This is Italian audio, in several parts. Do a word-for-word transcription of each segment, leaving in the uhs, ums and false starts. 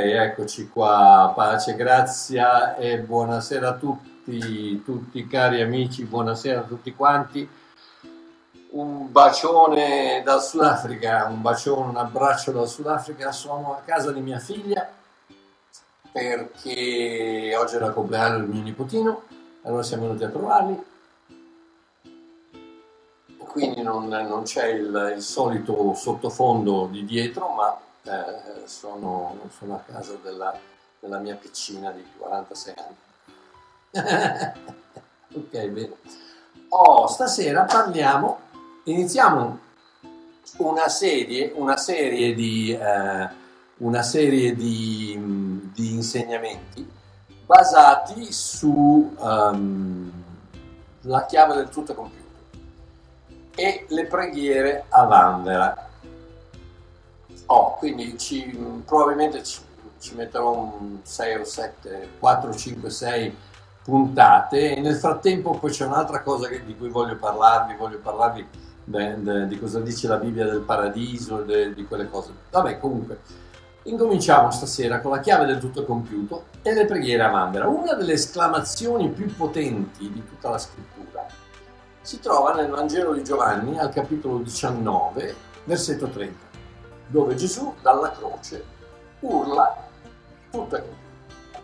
eccoci qua, pace, grazia e buonasera a tutti, tutti cari amici, buonasera a tutti quanti. Un bacione dal Sudafrica, un bacione, un abbraccio dal Sudafrica. Sono a casa di mia figlia perché oggi era il compleanno del mio nipotino, allora siamo venuti a trovarli. Quindi non, non c'è il, il solito sottofondo di dietro, ma eh, sono, sono a casa della, della mia piccina di quarantasei anni. Ok, bene. Oh, stasera parliamo, iniziamo una serie, una serie di, eh, una serie di, di insegnamenti basati su um, la chiave del tutto computer e le preghiere a vanvera. Oh, quindi ci, probabilmente ci, ci metterò un sei o sette, quattro, cinque, sei puntate, e nel frattempo poi c'è un'altra cosa che, di cui voglio parlarvi, voglio parlarvi de, de, di cosa dice la Bibbia del paradiso, de, di quelle cose. Vabbè, comunque, incominciamo stasera con la chiave del tutto compiuto e le preghiere a vanvera. Una delle esclamazioni più potenti di tutta la scrittura si trova nel Vangelo di Giovanni al capitolo diciannove, versetto trenta, dove Gesù dalla croce urla tutto è compiuto.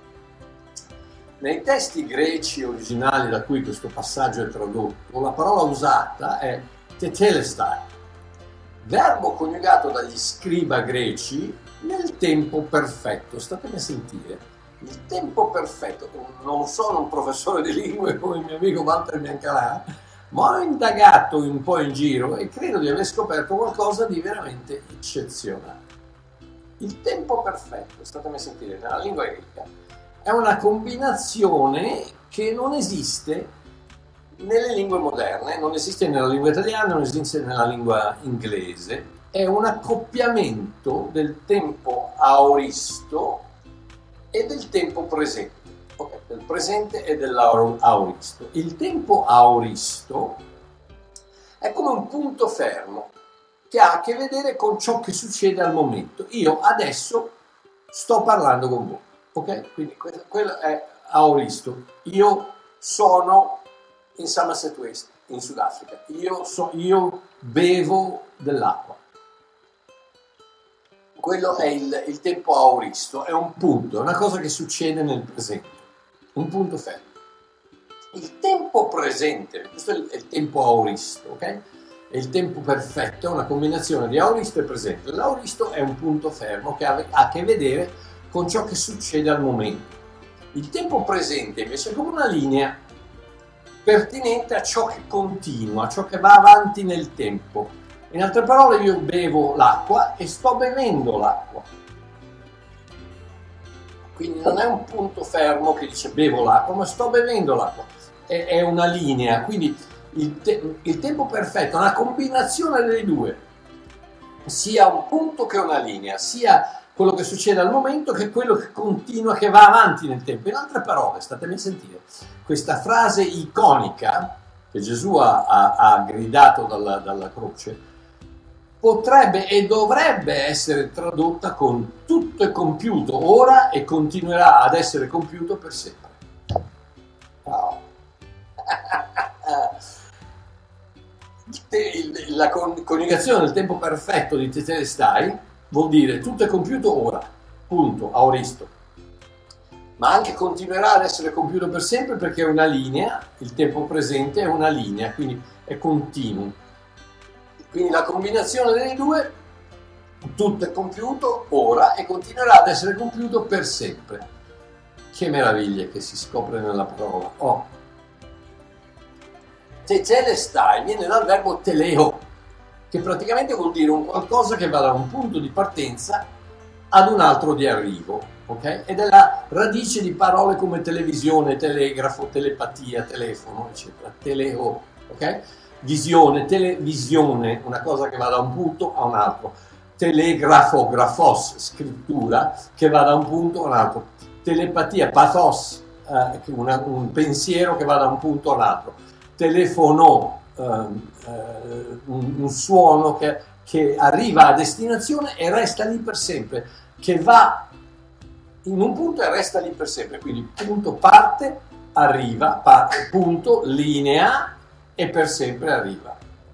Nei testi greci originali da cui questo passaggio è tradotto, la parola usata è tetelestai, verbo coniugato dagli scriba greci nel tempo perfetto. Statemi a sentire. Il tempo perfetto. Non sono un professore di lingue come il mio amico Walter Biancalà, ma ho indagato un po' in giro e credo di aver scoperto qualcosa di veramente eccezionale. Il tempo perfetto, statemi a sentire, nella lingua greca è una combinazione che non esiste nelle lingue moderne, non esiste nella lingua italiana, non esiste nella lingua inglese. È un accoppiamento del tempo aoristo e del tempo presente. Okay, del presente e dell'aoristo. Il tempo aoristo è come un punto fermo che ha a che vedere con ciò che succede al momento. Io adesso sto parlando con voi, ok? Quindi quello, quello è aoristo. Io sono in Somerset West, in Sudafrica. Io, so, io bevo dell'acqua. Quello è il, il tempo aoristo, è un punto, è una cosa che succede nel presente. Un punto fermo. Il tempo presente, questo è il, è il tempo aoristo, ok? È il tempo perfetto, è una combinazione di aoristo e presente. L'aoristo è un punto fermo che ha, ha a che vedere con ciò che succede al momento. Il tempo presente invece è come una linea pertinente a ciò che continua, a ciò che va avanti nel tempo. In altre parole, io bevo l'acqua e sto bevendo l'acqua. Quindi non è un punto fermo che dice bevo l'acqua, ma sto bevendo l'acqua. È, è una linea, quindi il, te- il tempo perfetto è una combinazione dei due, sia un punto che una linea, sia quello che succede al momento che quello che continua, che va avanti nel tempo. In altre parole, statemi a sentire, questa frase iconica che Gesù ha, ha, ha gridato dalla, dalla croce, potrebbe e dovrebbe essere tradotta con tutto è compiuto ora e continuerà ad essere compiuto per sempre. Wow. La coniugazione del tempo perfetto di tetelestai vuol dire tutto è compiuto ora, punto, aoristo. Ma anche continuerà ad essere compiuto per sempre perché è una linea, il tempo presente è una linea, quindi è continuo. Quindi la combinazione dei due, tutto è compiuto ora e continuerà ad essere compiuto per sempre. Che meraviglia che si scopre nella parola. Oh. Tetelestai viene dal verbo teleo, che praticamente vuol dire un qualcosa che va da un punto di partenza ad un altro di arrivo, ok? Ed è la radice di parole come televisione, telegrafo, telepatia, telefono, eccetera. Teleo, ok? Visione, televisione, una cosa che va da un punto a un altro. Telegrafo, grafos, scrittura, che va da un punto a un altro. Telepatia, pathos, eh, una, un pensiero che va da un punto a un altro. Telefono, eh, eh, un, un suono che, che arriva a destinazione e resta lì per sempre, che va in un punto e resta lì per sempre. Quindi punto parte, arriva, parte, punto, linea e per sempre arriva.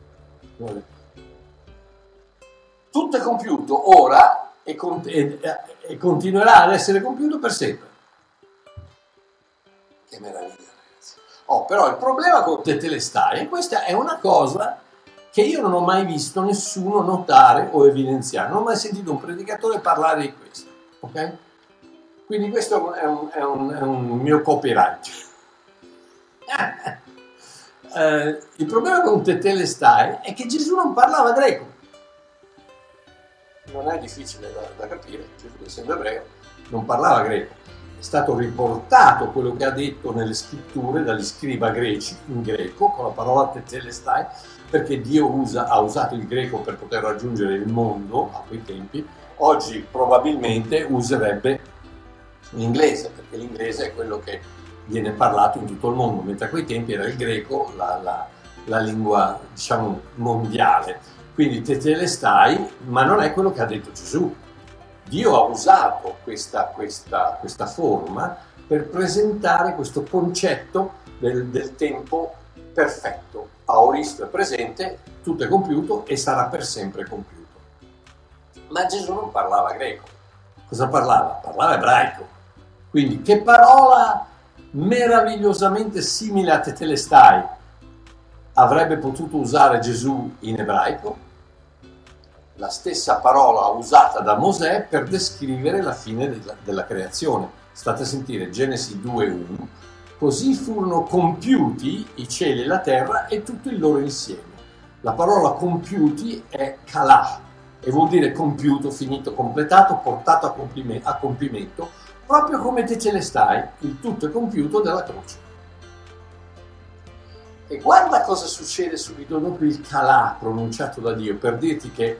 Tutto è compiuto ora e, con, e, e continuerà ad essere compiuto per sempre. Che meraviglia, ragazzi. Oh, però il problema con Tetelestai, e questa è una cosa che io non ho mai visto nessuno notare o evidenziare, non ho mai sentito un predicatore parlare di questo, ok? Quindi questo è un, è un, è un mio copyright. eh, il problema con Tetelestai è che Gesù non parlava greco. Non è difficile da, da capire, Gesù essendo ebreo non parlava greco. È stato riportato quello che ha detto nelle scritture dagli scriba greci in greco con la parola Tetelestai, perché Dio usa, ha usato il greco per poter raggiungere il mondo a quei tempi. Oggi probabilmente userebbe l'inglese, perché l'inglese è quello che viene parlato in tutto il mondo, mentre a quei tempi era il greco la, la, la lingua, diciamo, mondiale. Quindi Tetelestai, ma non è quello che ha detto Gesù. Dio ha usato questa, questa, questa forma per presentare questo concetto del, del tempo perfetto. Aoristo è presente, tutto è compiuto e sarà per sempre compiuto. Ma Gesù non parlava greco. Cosa parlava? Parlava ebraico. Quindi che parola meravigliosamente simile a Tetelestai avrebbe potuto usare Gesù in ebraico? La stessa parola usata da Mosè per descrivere la fine della, della creazione. State a sentire Genesi due uno. Così furono compiuti i cieli e la terra e tutto il loro insieme. La parola compiuti è kalah e vuol dire compiuto, finito, completato, portato a compimento, a compimento proprio come Tetelestai, il tutto è compiuto della croce. E guarda cosa succede subito dopo il kalah pronunciato da Dio, per dirti che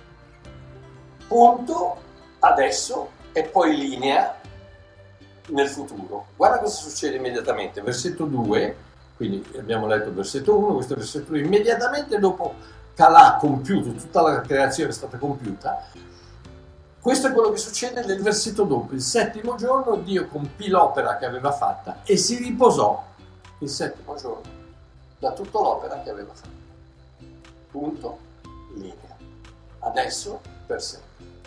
punto adesso e poi linea nel futuro. Guarda cosa succede immediatamente. Versetto due, quindi abbiamo letto il versetto uno, questo è il versetto due, immediatamente dopo kalah compiuto, tutta la creazione è stata compiuta. Questo è quello che succede nel versetto dopo. Il settimo giorno Dio compì l'opera che aveva fatta e si riposò il settimo giorno da tutta l'opera che aveva fatto. Punto, linea. Adesso per sempre.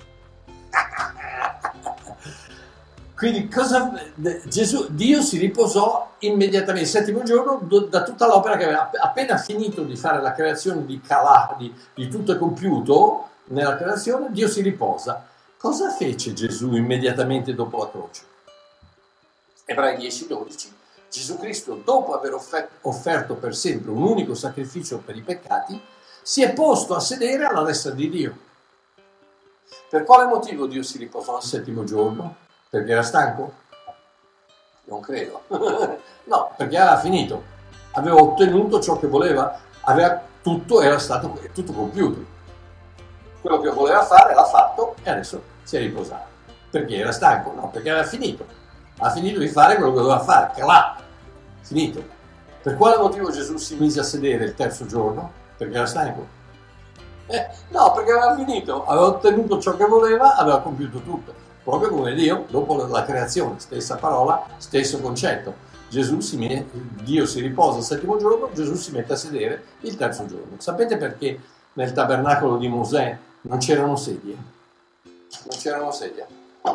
Quindi cosa, Gesù, Dio si riposò immediatamente il settimo giorno da tutta l'opera che aveva appena finito di fare la creazione di kalah, di, di tutto è compiuto nella creazione. Dio si riposa. Cosa fece Gesù immediatamente dopo la croce? Ebrei dieci dodici. Gesù Cristo, dopo aver offerto per sempre un unico sacrificio per i peccati, si è posto a sedere alla destra di Dio. Per quale motivo Dio si riposò al settimo giorno? Perché era stanco? Non credo. No, perché aveva finito. Aveva ottenuto ciò che voleva. Aveva tutto, era stato tutto compiuto. Quello che voleva fare l'ha fatto e adesso si è riposato. Perché era stanco? No, perché aveva finito. Ha finito di fare quello che doveva fare. Calà. Finito. Per quale motivo Gesù si mise a sedere il terzo giorno? Perché era stanco? Eh, no, perché aveva finito. Aveva ottenuto ciò che voleva, aveva compiuto tutto. Proprio come Dio, dopo la creazione, stessa parola, stesso concetto. Gesù si mette, Dio si riposa il settimo giorno, Gesù si mette a sedere il terzo giorno. Sapete perché nel tabernacolo di Mosè non c'erano sedie? Non c'erano sedie.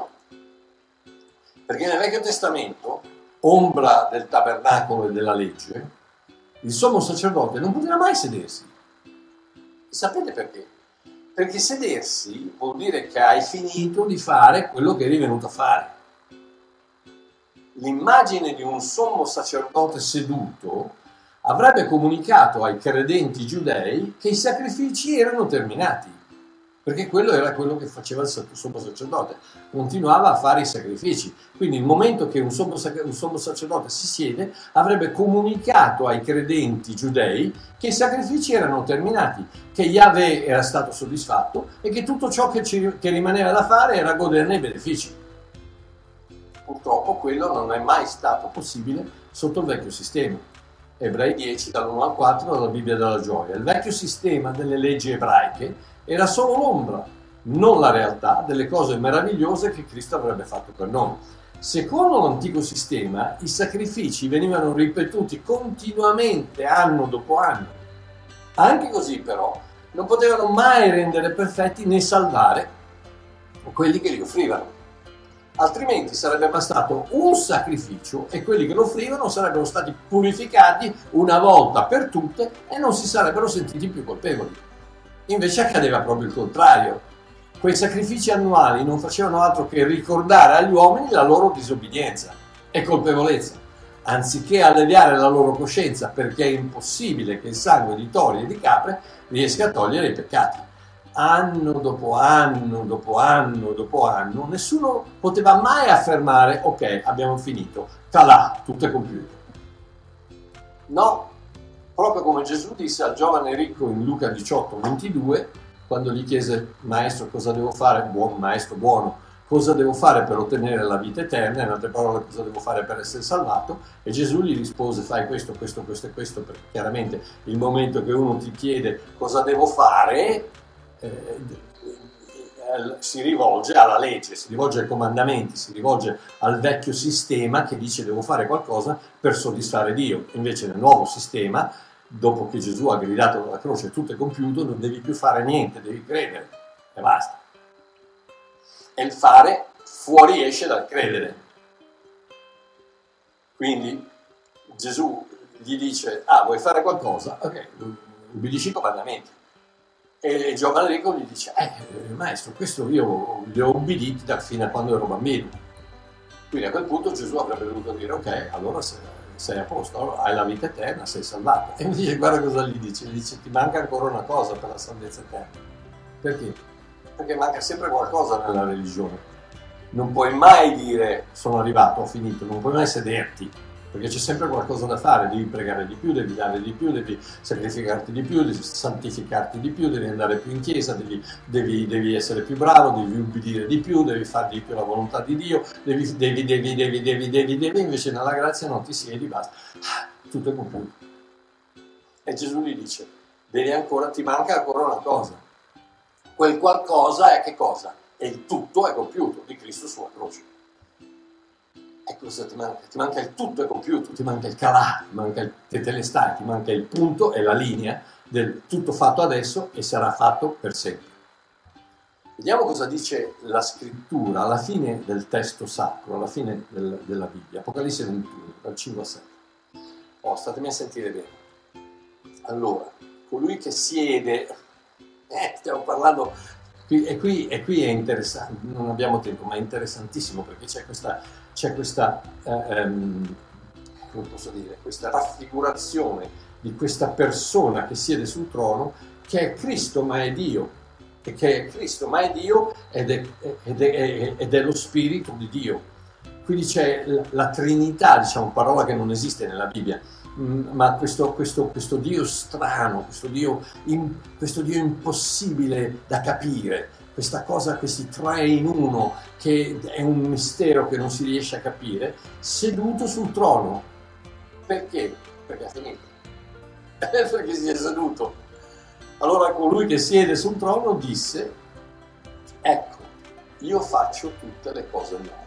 Perché nel Vecchio Testamento, ombra del tabernacolo e della legge, il sommo sacerdote non poteva mai sedersi. Sapete perché? Perché sedersi vuol dire che hai finito di fare quello che eri venuto a fare. L'immagine di un sommo sacerdote seduto avrebbe comunicato ai credenti giudei che i sacrifici erano terminati, perché quello era quello che faceva il sommo sacerdote, continuava a fare i sacrifici. Quindi il momento che un sommo, un sommo sacerdote si siede avrebbe comunicato ai credenti giudei che i sacrifici erano terminati, che Yahweh era stato soddisfatto e che tutto ciò che, ci, che rimaneva da fare era goderne i benefici. Purtroppo quello non è mai stato possibile sotto il vecchio sistema. Ebrei dieci, dall'uno al quattro, dalla Bibbia della Gioia. Il vecchio sistema delle leggi ebraiche era solo l'ombra, non la realtà delle cose meravigliose che Cristo avrebbe fatto per noi. Secondo l'antico sistema, i sacrifici venivano ripetuti continuamente, anno dopo anno. Anche così, però, non potevano mai rendere perfetti né salvare quelli che li offrivano. Altrimenti sarebbe bastato un sacrificio e quelli che lo offrivano sarebbero stati purificati una volta per tutte e non si sarebbero sentiti più colpevoli. Invece accadeva proprio il contrario. Quei sacrifici annuali non facevano altro che ricordare agli uomini la loro disobbedienza e colpevolezza, anziché alleviare la loro coscienza, perché è impossibile che il sangue di tori e di capre riesca a togliere i peccati. Anno dopo anno, dopo anno, dopo anno, nessuno poteva mai affermare: ok, abbiamo finito, calà, tutto è compiuto. No, proprio come Gesù disse al giovane ricco in Luca diciotto ventidue, quando gli chiese: maestro, cosa devo fare? Buon maestro buono, cosa devo fare per ottenere la vita eterna? In altre parole, cosa devo fare per essere salvato? E Gesù gli rispose: fai questo, questo, questo e questo, perché chiaramente il momento che uno ti chiede cosa devo fare, eh, si rivolge alla legge, si rivolge ai comandamenti, si rivolge al vecchio sistema che dice devo fare qualcosa per soddisfare Dio. Invece nel nuovo sistema, dopo che Gesù ha gridato dalla croce tutto è compiuto, non devi più fare niente, devi credere e basta. E il fare fuoriesce dal credere. Quindi Gesù gli dice: ah, vuoi fare qualcosa? Ok, ubbidisci i comandamenti. E il giovane ricco gli dice: eh, maestro, questo io li ho ubbiditi da fino a quando ero bambino. Quindi a quel punto Gesù avrebbe dovuto dire: ok, allora sei, sei a posto, hai la vita eterna, sei salvato. E invece guarda cosa gli dice: gli dice: ti manca ancora una cosa per la salvezza eterna. Perché? Perché manca sempre qualcosa nella religione. Non puoi mai dire sono arrivato, ho finito, non puoi mai sederti, perché c'è sempre qualcosa da fare, devi pregare di più, devi dare di più, devi sacrificarti di più, devi santificarti di più, devi andare più in chiesa, devi, devi, devi essere più bravo, devi ubbidire di più, devi fare di più la volontà di Dio, devi, devi, devi, devi, devi, devi, devi, invece nella grazia non ti siedi, basta, tutto è compiuto. E Gesù gli dice: devi ancora, ti manca ancora una cosa. Quel qualcosa è che cosa? E il tutto è compiuto di Cristo sulla croce. E cosa ti manca? Ti manca il tutto è compiuto, ti manca il calà, ti manca il tetelestai, ti manca il punto e la linea del tutto fatto adesso e sarà fatto per sempre. Vediamo cosa dice la scrittura alla fine del testo sacro, alla fine del, della Bibbia, Apocalisse ventuno, dal cinque al sette. Oh, statemi a sentire bene. Allora, colui che siede, eh, stiamo parlando, qui, e, qui, e qui è interessante, non abbiamo tempo, ma è interessantissimo perché c'è questa, c'è questa, eh, um, come posso dire, questa raffigurazione di questa persona che siede sul trono, che è Cristo ma è Dio, e che è Cristo ma è Dio ed è, ed è, ed è lo Spirito di Dio. Quindi c'è la, la Trinità, diciamo, parola che non esiste nella Bibbia, ma questo, questo, questo Dio strano, questo Dio, in, questo Dio impossibile da capire, questa cosa, questi tre in uno, che è un mistero che non si riesce a capire, seduto sul trono. Perché? Perché ha finito. Perché si è seduto. Allora colui che siede sul trono disse: ecco, io faccio tutte le cose nuove.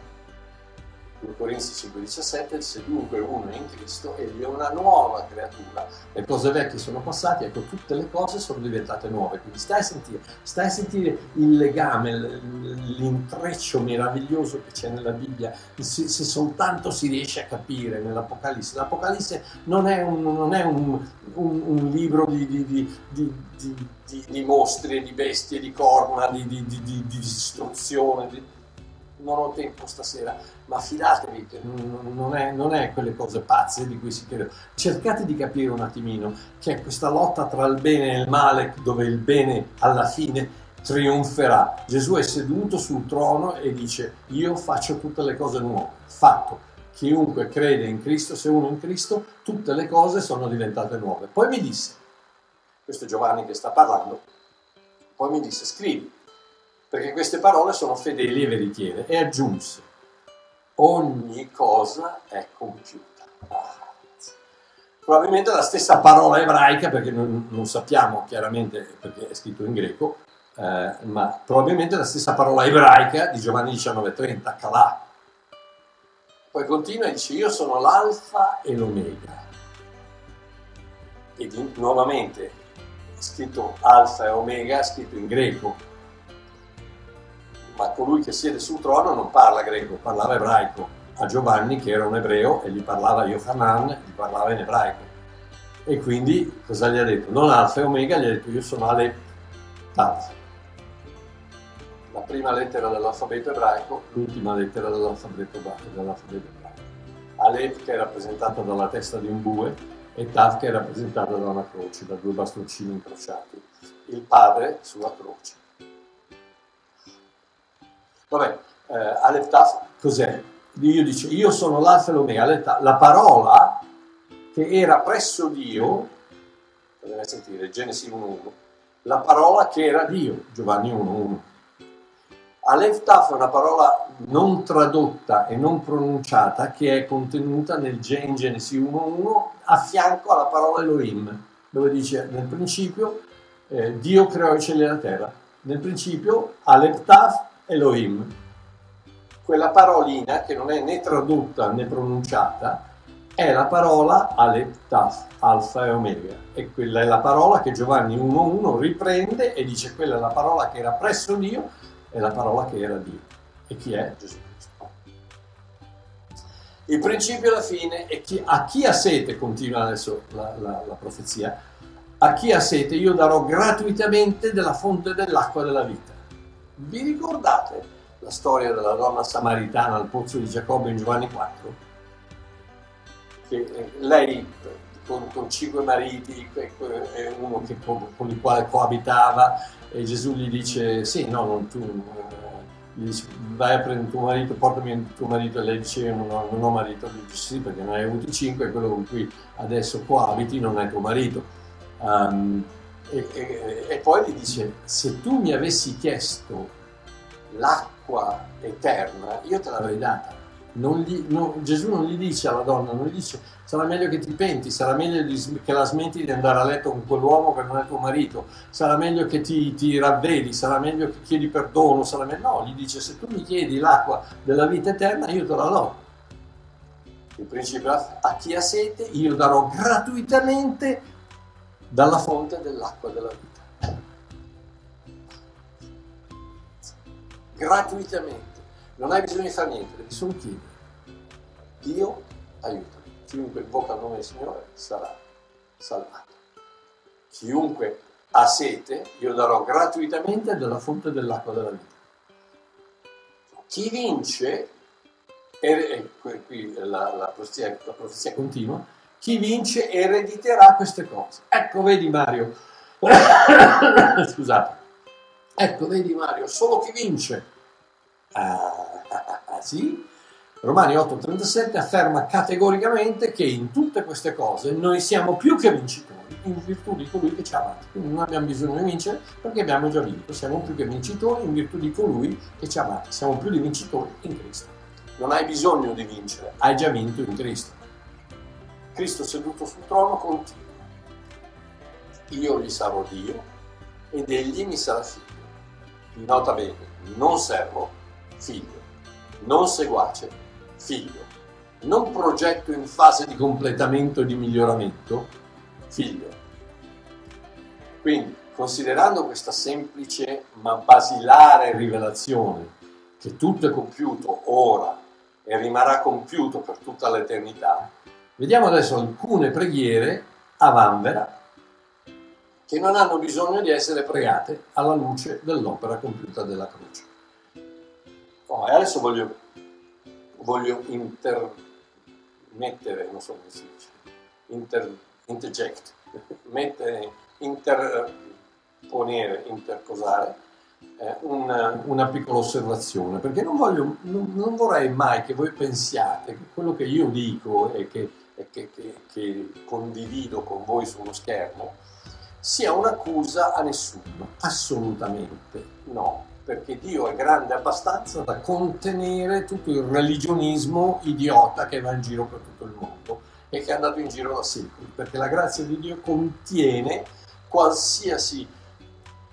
due Corinzi cinque diciassette, se dunque uno è in Cristo, egli è una nuova creatura. Le cose vecchie sono passate, ecco, tutte le cose sono diventate nuove. Quindi stai a sentire, stai a sentire il legame, l'intreccio meraviglioso che c'è nella Bibbia, se, se soltanto si riesce a capire nell'Apocalisse. L'Apocalisse non è un, non è un, un, un libro di, di, di, di, di, di, di mostri, di bestie, di corna, di, di, di, di, di distruzione, di... non ho tempo stasera, ma fidatevi che non è, non è quelle cose pazze di cui si crede. Cercate di capire un attimino che è questa lotta tra il bene e il male, dove il bene alla fine trionferà. Gesù è seduto sul trono e dice: io faccio tutte le cose nuove. Fatto. Chiunque crede in Cristo, se uno è in Cristo, tutte le cose sono diventate nuove. Poi mi disse, questo è Giovanni che sta parlando, poi mi disse: scrivi, perché queste parole sono fedeli e veritiere. E aggiunse: ogni cosa è compiuta. Ah, probabilmente la stessa parola ebraica, perché non, non sappiamo chiaramente, perché è scritto in greco, eh, ma probabilmente la stessa parola ebraica di Giovanni diciannove trenta, Kalà. Poi continua e dice: io sono l'alfa e l'omega. E di, nuovamente scritto alfa e omega, scritto in greco, ma colui che siede sul trono non parla greco, parlava ebraico. A Giovanni, che era un ebreo, e gli parlava Yohanan, gli parlava in ebraico. E quindi cosa gli ha detto? Non alfa e omega, gli ha detto: io sono Alef Tav. La prima lettera dell'alfabeto ebraico, l'ultima lettera dell'alfabeto dell'alfabeto ebraico. Alef, che è rappresentata dalla testa di un bue, e Tav, che è rappresentata da una croce, da due bastoncini incrociati. Il padre sulla croce. Vabbè, eh, Alef Tav cos'è? Dio dice: io sono l'alfa e l'omega. Alef Tav, la parola che era presso Dio, potete sentire Genesi uno uno, la parola che era Dio, Giovanni uno uno. Alef Tav è una parola non tradotta e non pronunciata che è contenuta nel in Genesi uno uno a fianco alla parola Elohim, dove dice nel principio eh, Dio creò i cieli e la terra. Nel principio Alef Tav Elohim. Quella parolina che non è né tradotta né pronunciata è la parola Alef Tav, alfa e omega, e quella è la parola che Giovanni uno uno riprende e dice: quella è la parola che era presso Dio, è la parola che era Dio. E chi è? Gesù Cristo. Il principio e la fine, e chi, a chi ha sete, continua adesso la, la, la profezia, a chi ha sete io darò gratuitamente della fonte dell'acqua della vita. Vi ricordate la storia della donna samaritana al pozzo di Giacobbe in Giovanni quattro? Che lei con, con cinque mariti, uno che, con, con il quale coabitava, e Gesù gli dice: sì, no, non tu, gli dice, vai a prendere tuo marito, portami tuo marito, e lei dice: non ho, non ho marito. Gli dice: sì, perché ne hai avuti cinque, e quello con cui adesso coabiti non è tuo marito. Um, e, e, e poi gli dice: se tu mi avessi chiesto l'acqua eterna, io te l'avrei data. Non gli, no, Gesù non gli dice alla donna, non gli dice: sarà meglio che ti penti, sarà meglio che la smetti di andare a letto con quell'uomo che non è tuo marito, sarà meglio che ti, ti ravvedi, sarà meglio che chiedi perdono, sarà meglio... no, gli dice: se tu mi chiedi l'acqua della vita eterna, io te la do. Il principio: a chi ha sete io darò gratuitamente dalla fonte dell'acqua della vita. Gratuitamente. Non hai bisogno di fare niente, devi solo chiedere. Dio aiutami. Chiunque invoca il nome del Signore sarà salvato. Chiunque ha sete, io darò gratuitamente della fonte dell'acqua della vita. Chi vince, e qui la, la, profezia, la profezia continua, chi vince erediterà queste cose. Ecco, vedi Mario, scusate, ecco, vedi Mario, solo chi vince. Ah, ah, ah, sì? Romani otto trentasette afferma categoricamente che in tutte queste cose noi siamo più che vincitori in virtù di colui che ci ha amati. Quindi non abbiamo bisogno di vincere perché abbiamo già vinto. Siamo più che vincitori in virtù di colui che ci ha amati. Siamo più di vincitori in Cristo. Non hai bisogno di vincere, hai già vinto in Cristo. Cristo seduto sul trono continua: io gli sarò Dio ed egli mi sarà figlio. Nota bene, non servo, figlio, non seguace, figlio, non progetto in fase di completamento e di miglioramento, figlio. Quindi, considerando questa semplice ma basilare rivelazione che tutto è compiuto ora e rimarrà compiuto per tutta l'eternità, vediamo adesso alcune preghiere a vanvera che non hanno bisogno di essere pregate alla luce dell'opera compiuta della croce. Oh, e adesso voglio, voglio intermettere, non so come si dice, inter, interject, mettere, interponere, intercosare eh, una, una piccola osservazione, perché non, voglio, non, non vorrei mai che voi pensiate che quello che io dico e che, e che, che, che condivido con voi sullo schermo sia un'accusa a nessuno, assolutamente no. Perché Dio è grande abbastanza da contenere tutto il religionismo idiota che va in giro per tutto il mondo e che è andato in giro da secoli, perché la grazia di Dio contiene qualsiasi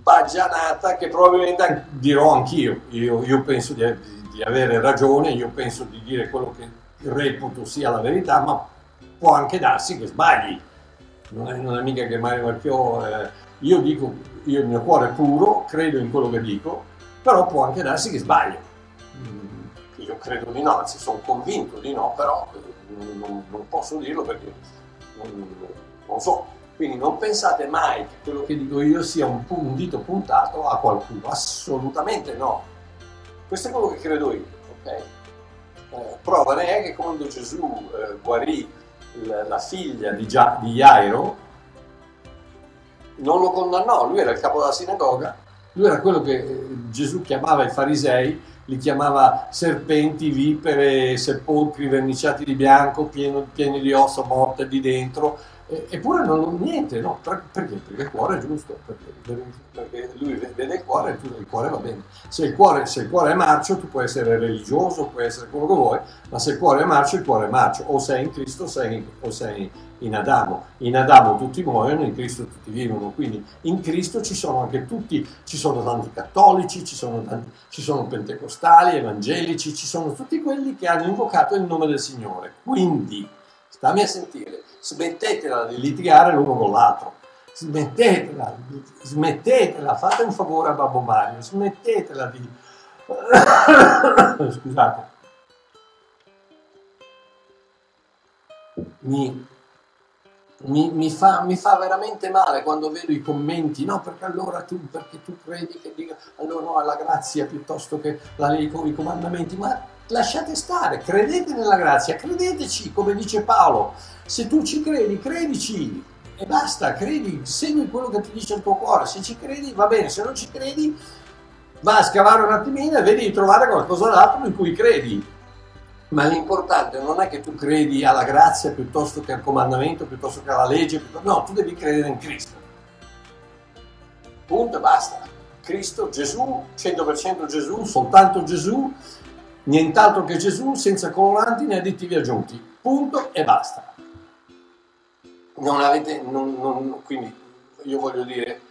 baggianata che probabilmente dirò anch'io. Io, io penso di, di, di avere ragione, io penso di dire quello che reputo sia la verità, ma può anche darsi che sbagli. Non è, non è mica che Mario Marchiò, eh, io dico, io il mio cuore è puro, credo in quello che dico, però può anche darsi che sbaglio. Mm, io credo di no, anzi sono convinto di no, però non, non posso dirlo perché non, non so. Quindi non pensate mai che quello che dico io sia un, un dito puntato a qualcuno, assolutamente no. Questo è quello che credo io, ok? Eh, prova ne è che quando Gesù eh, guarì la, la figlia di, Gia, di Jairo, non lo condannò, lui era il capo della sinagoga, lui era quello che eh, Gesù chiamava i farisei, li chiamava serpenti, vipere, sepolcri verniciati di bianco, pieno, pieni di ossa morte di dentro, eh, eppure non niente, no? Perché? Perché il cuore è giusto, perché, perché lui vede il cuore e il cuore va bene. Se il cuore, se il cuore è marcio, tu puoi essere religioso, puoi essere quello che vuoi, ma se il cuore è marcio, il cuore è marcio, o sei in Cristo sei in, o sei in Adamo. In Adamo tutti muoiono, in Cristo tutti vivono, quindi in Cristo ci sono anche tutti, ci sono tanti cattolici, ci sono, tanti, ci sono pentecostali, evangelici, ci sono tutti quelli che hanno invocato il nome del Signore. Quindi, stammi a sentire, smettetela di litigare l'uno con l'altro, smettetela, smettetela, fate un favore a Babbo Mario, smettetela di... Scusate. Mi... Mi, mi, fa, mi fa veramente male quando vedo i commenti, no, perché allora tu, perché tu credi che dica, allora no, alla grazia piuttosto che la legge con i comandamenti, ma lasciate stare, credete nella grazia, credeteci, come dice Paolo, se tu ci credi, credici, e basta, credi, segui quello che ti dice il tuo cuore, se ci credi va bene, se non ci credi, va a scavare un attimino e vedi di trovare qualcosa d'altro in cui credi. Ma l'importante non è che tu credi alla grazia piuttosto che al comandamento, piuttosto che alla legge, piuttosto... no, tu devi credere in Cristo. Punto e basta. Cristo, Gesù, cento per cento Gesù, soltanto Gesù, nient'altro che Gesù, senza coloranti né additivi aggiunti. Punto e basta. Non avete, non, non, quindi io voglio dire,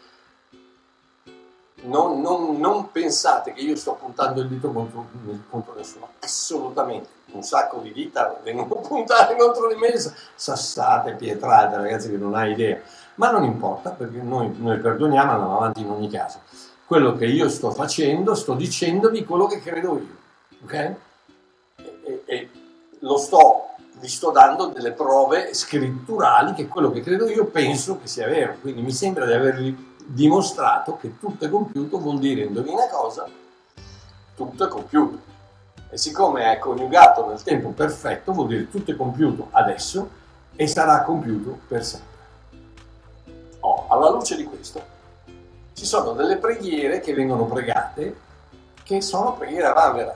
non, non, non pensate che io sto puntando il dito contro, contro nessuno, assolutamente. Un sacco di dita vengono puntate contro di me, sassate, pietrate, ragazzi, che non hai idea, ma non importa perché noi, noi perdoniamo e andiamo avanti in ogni caso. Quello che io sto facendo, sto dicendovi quello che credo io, ok? E, e, e lo sto, vi sto dando delle prove scritturali che quello che credo io penso che sia vero, quindi mi sembra di avervi dimostrato che tutto è compiuto vuol dire, indovina cosa? Tutto è compiuto. E siccome è coniugato nel tempo perfetto, vuol dire tutto è compiuto adesso e sarà compiuto per sempre. Oh, alla luce di questo, ci sono delle preghiere che vengono pregate che sono preghiere a vanvera.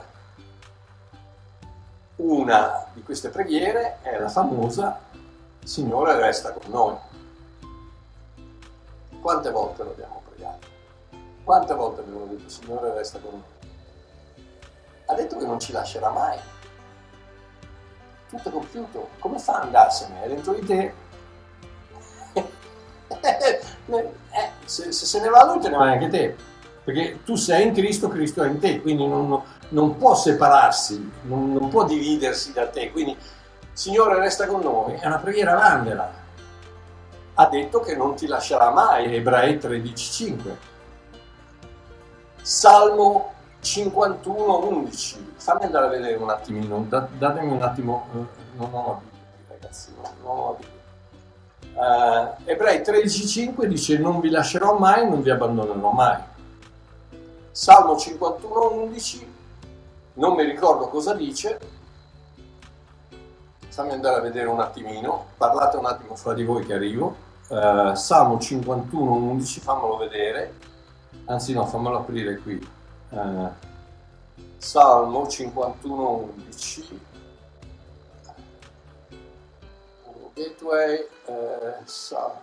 Una di queste preghiere è la famosa Signore resta con noi. Quante volte l'abbiamo pregata? Quante volte abbiamo detto Signore resta con noi? Ha detto che non ci lascerà mai. Tutto è compiuto. Come fa ad andarsene? È dentro di te. eh, se, se se ne va lui te ne vai anche te. Perché tu sei in Cristo, Cristo è in te. Quindi non, non può separarsi, non, non può dividersi da te. Quindi Signore resta con noi. È una preghiera vanvera. Ha detto che non ti lascerà mai. Ebrei tredici cinque. Salmo cinquantuno undici, fammi andare a vedere un attimino, da, datemi un attimo, eh, non ho la Bibbia ragazzi, non, non ho la Bibbia. Uh, Ebrei tredici cinque dice non vi lascerò mai, non vi abbandonerò mai. Salmo cinquantuno undici, non mi ricordo cosa dice, fammi andare a vedere un attimino, parlate un attimo fra di voi che arrivo. Uh, Salmo cinquantuno undici, fammelo vedere, anzi no, fammelo aprire qui. Uh, Salmo cinquantuno undici, Gateway, uh, Salmo.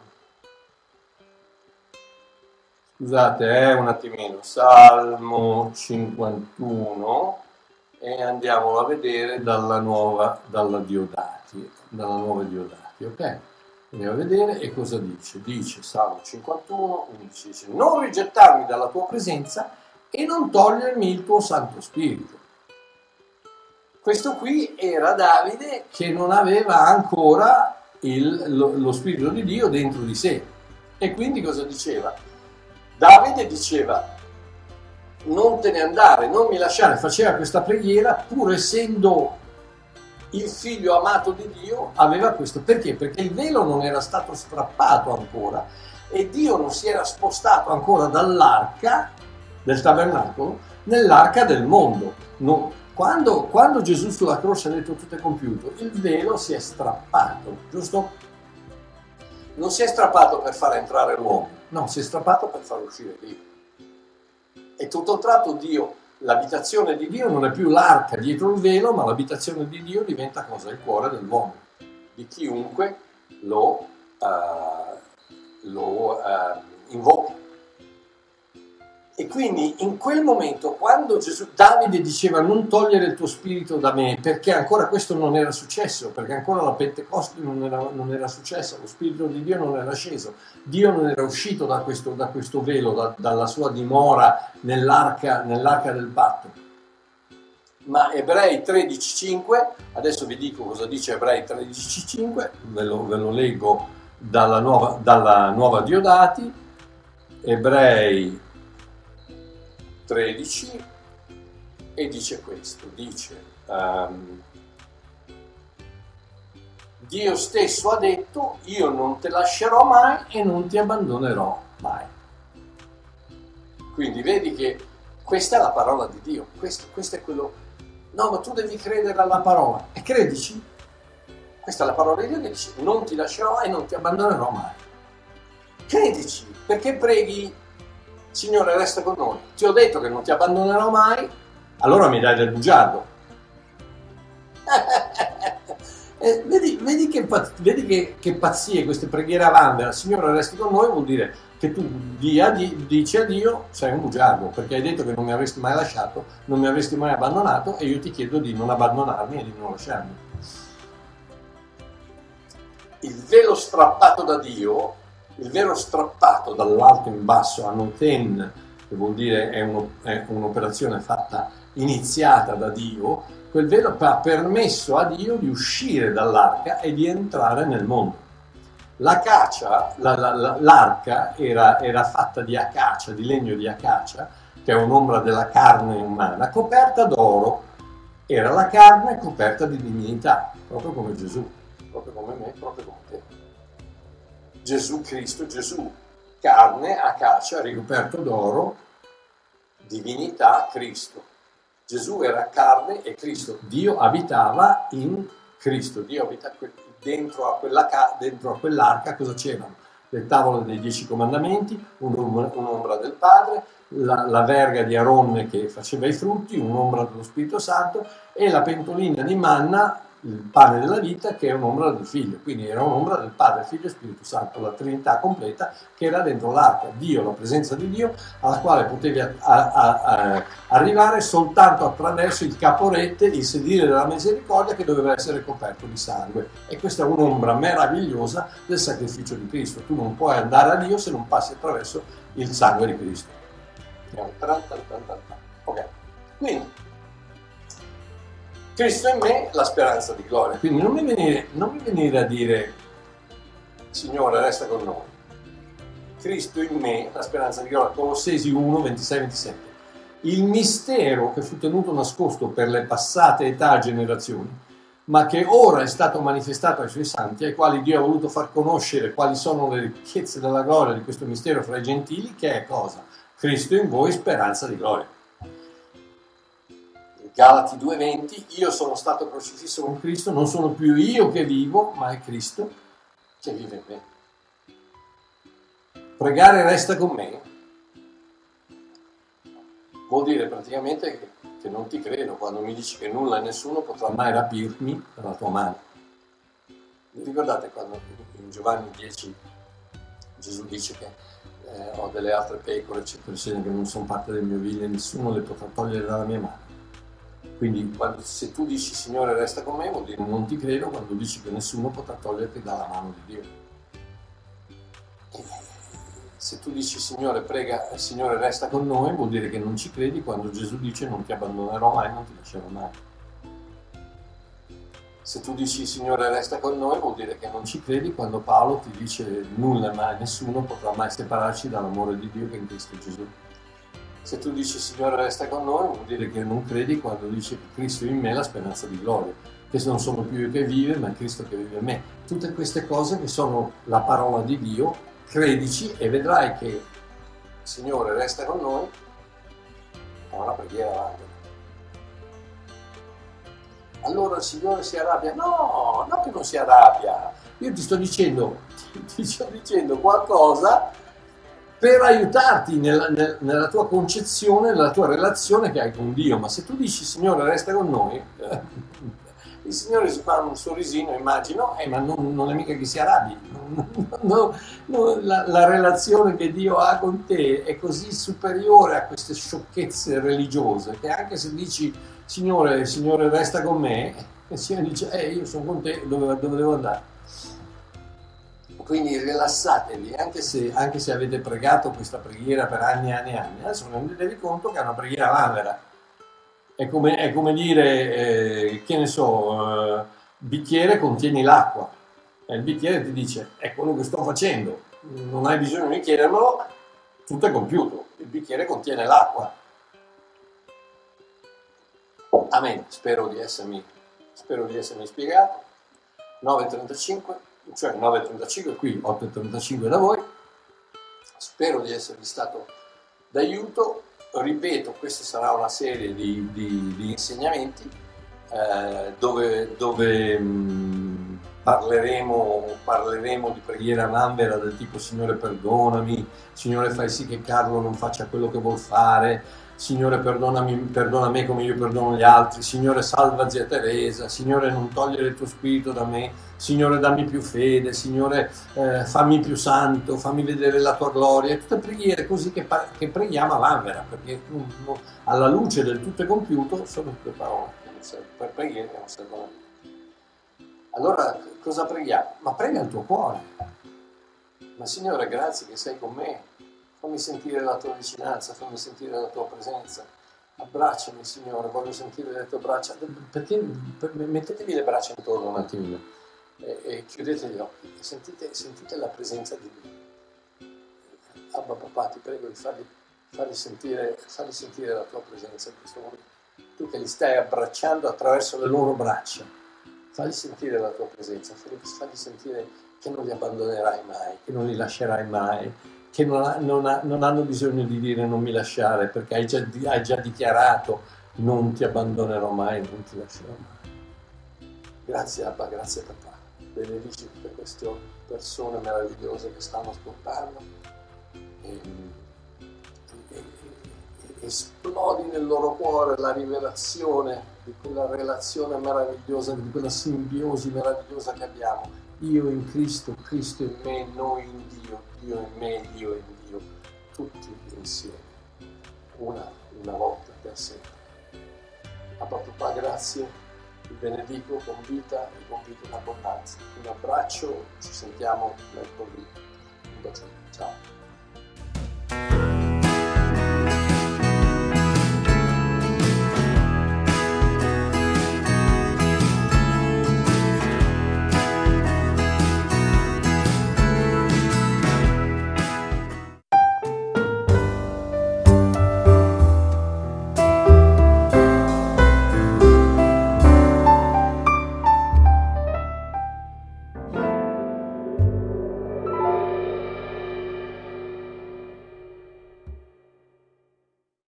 Scusate, eh, un attimino, Salmo cinquantuno e andiamo a vedere dalla nuova, dalla Diodati, dalla nuova Diodati, ok? Andiamo a vedere, e cosa dice? Dice, Salmo cinquantuno, undici, dice, non rigettarmi dalla tua presenza e non togliermi il tuo Santo Spirito. Questo qui era Davide che non aveva ancora il, lo, lo Spirito di Dio dentro di sé. E quindi cosa diceva? Davide diceva, non te ne andare, non mi lasciare, faceva questa preghiera pur essendo il figlio amato di Dio, aveva questo. Perché? Perché il velo non era stato strappato ancora e Dio non si era spostato ancora dall'arca del tabernacolo nell'arca del mondo. Non, quando, quando Gesù sulla croce ha detto tutto è compiuto, il velo si è strappato, giusto? Non si è strappato per far entrare l'uomo, no, si è strappato per far uscire Dio. E tutto a un tratto Dio, l'abitazione di Dio non è più l'arca dietro il velo, ma l'abitazione di Dio diventa cosa? Il cuore dell'uomo, di chiunque lo, uh, lo uh, invoca. E quindi in quel momento, quando Gesù, Davide diceva non togliere il tuo spirito da me, perché ancora questo non era successo, perché ancora la Pentecoste non era, non era successa, lo spirito di Dio non era sceso, Dio non era uscito da questo, da questo velo, da, dalla sua dimora nell'arca, nell'arca del patto. Ma Ebrei tredici cinque, adesso vi dico cosa dice Ebrei tredici cinque, ve lo, ve lo leggo dalla nuova, dalla nuova Diodati, Ebrei tredici, e dice questo, dice um, Dio stesso ha detto io non ti lascerò mai e non ti abbandonerò mai. Quindi vedi che questa è la parola di Dio, questo, questo è quello, no ma tu devi credere alla parola, e credici, questa è la parola di Dio che dice non ti lascerò e non ti abbandonerò mai. Credici, perché preghi Signore resta con noi, ti ho detto che non ti abbandonerò mai, allora mi dai del bugiardo. eh, vedi vedi, che, vedi che, che pazzie queste preghiere a vanvera, Signore resti con noi, vuol dire che tu dia, di, dici a Dio sei un bugiardo, perché hai detto che non mi avresti mai lasciato, non mi avresti mai abbandonato e io ti chiedo di non abbandonarmi e di non lasciarmi. Il velo strappato da Dio, il velo strappato dall'alto in basso, anoten, che vuol dire è, uno, è un'operazione fatta, iniziata da Dio, quel velo ha permesso a Dio di uscire dall'arca e di entrare nel mondo. L'acacia, la, la, la, l'arca era, era fatta di acacia, di legno di acacia, che è un'ombra della carne umana, coperta d'oro. Era la carne coperta di divinità, proprio come Gesù, proprio come me, proprio come te. Gesù Cristo, Gesù, carne, acacia, ricoperto d'oro, divinità, Cristo. Gesù era carne e Cristo. Dio abitava in Cristo, Dio abita dentro a, quella, dentro a quell'arca. Cosa c'erano? Le tavole dei dieci comandamenti, un'ombra, un'ombra del Padre, la, la verga di Aronne che faceva i frutti, un'ombra dello Spirito Santo, e la pentolina di manna, il pane della vita, che è un'ombra del Figlio. Quindi era un'ombra del Padre, Figlio e Spirito Santo, la Trinità completa che era dentro l'arca. Dio, la presenza di Dio, alla quale potevi a, a, a, arrivare soltanto attraverso il caporette, il sedile della misericordia, che doveva essere coperto di sangue. E questa è un'ombra meravigliosa del sacrificio di Cristo. Tu non puoi andare a Dio se non passi attraverso il sangue di Cristo. Ok, quindi Cristo in me, la speranza di gloria. Quindi non mi venire, non mi venire a dire Signore resta con noi. Cristo in me, la speranza di gloria. Colossesi uno, ventisei ventisette. Il mistero che fu tenuto nascosto per le passate età e generazioni, ma che ora è stato manifestato ai suoi santi, ai quali Dio ha voluto far conoscere quali sono le ricchezze della gloria di questo mistero fra i gentili, che è cosa? Cristo in voi, speranza di gloria. Galati due venti, io sono stato crocifisso con Cristo, non sono più io che vivo, ma è Cristo che vive in me. Pregare resta con me vuol dire praticamente che, che non ti credo quando mi dici che nulla e nessuno potrà mai rapirmi dalla tua mano. Vi ricordate quando in Giovanni dieci Gesù dice che eh, ho delle altre pecore, eccetera, eccetera, che non sono parte del mio vivo e nessuno le potrà togliere dalla mia mano. Quindi quando, se tu dici Signore resta con me, vuol dire non ti credo quando dici che nessuno potrà toglierti dalla mano di Dio. Se tu dici Signore prega, Signore resta con noi, vuol dire che non ci credi quando Gesù dice non ti abbandonerò mai, non ti lascerò mai. Se tu dici Signore resta con noi, vuol dire che non ci credi quando Paolo ti dice nulla mai, nessuno potrà mai separarci dall'amore di Dio che è in Cristo Gesù. Se tu dici Signore resta con noi, vuol dire che non credi quando dice che Cristo in me è la speranza di gloria, che non sono più io che vive, ma è Cristo che vive in me. Tutte queste cose che sono la parola di Dio, credici e vedrai che Signore resta con noi è una preghiera avanti. Allora il Signore si arrabbia? No, no che non si arrabbia. Io ti sto dicendo, ti sto dicendo qualcosa per aiutarti nella, nel, nella tua concezione, nella tua relazione che hai con Dio. Ma se tu dici Signore resta con noi, eh, il Signore si fa un sorrisino, immagino, eh, ma non, non è mica che si arrabbi. Non, non, non, la, la relazione che Dio ha con te è così superiore a queste sciocchezze religiose che anche se dici Signore, Signore resta con me, e il Signore dice, eh io sono con te, dove, dove devo andare? Quindi rilassatevi, anche se, anche se avete pregato questa preghiera per anni e anni e anni, adesso rendetevi conto che è una preghiera vanvera. È come, è come dire, eh, che ne so, eh, bicchiere contieni l'acqua, e il bicchiere ti dice, è quello che sto facendo, non hai bisogno di chiedermelo, tutto è compiuto, il bicchiere contiene l'acqua. Amen, spero di essermi, spero di essermi spiegato. nove e trentacinque, cioè nove e trentacinque qui, otto e trentacinque da voi. Spero di esservi stato d'aiuto. Ripeto, questa sarà una serie di, di, di insegnamenti eh, dove, dove mh, parleremo, parleremo di preghiera vanvera del tipo Signore perdonami, Signore fai sì che Carlo non faccia quello che vuol fare, Signore perdonami, perdona me come io perdono gli altri, Signore salva zia Teresa, Signore non togliere il tuo spirito da me, Signore dammi più fede, Signore eh, fammi più santo, fammi vedere la tua gloria, tutte preghiere così che, che preghiamo a vanvera, perché um, alla luce del tutto è compiuto sono tutte parole, per preghiere non servono. Allora cosa preghiamo? Ma prega il tuo cuore, ma Signore grazie che sei con me, fammi sentire la tua vicinanza, fammi sentire la tua presenza, abbracciami Signore, voglio sentire le tue braccia, perché, per, mettetevi le braccia intorno un attimino e, e chiudete gli occhi e sentite, sentite la presenza di Dio. Abba papà ti prego di fargli, fargli, sentire, fargli sentire la tua presenza in questo momento, tu che li stai abbracciando attraverso le loro braccia, fagli sentire la tua presenza, fagli, fagli sentire che non li abbandonerai mai, che non li lascerai mai, che non, ha, non, ha, non hanno bisogno di dire non mi lasciare, perché hai già, hai già dichiarato non ti abbandonerò mai, non ti lascerò mai. Grazie Abba, grazie papà, benedici tutte queste persone meravigliose che stanno ascoltando e, e, e, e esplodi nel loro cuore la rivelazione di quella relazione meravigliosa, di quella simbiosi meravigliosa che abbiamo. Io in Cristo, Cristo in me, noi in Dio, Dio in me, Dio in Dio, tutti insieme, una, una volta per sempre. Abba papà, grazie, ti benedico con vita e con vita in abbondanza. Un abbraccio, ci sentiamo mercoledì. Un bacio, ciao.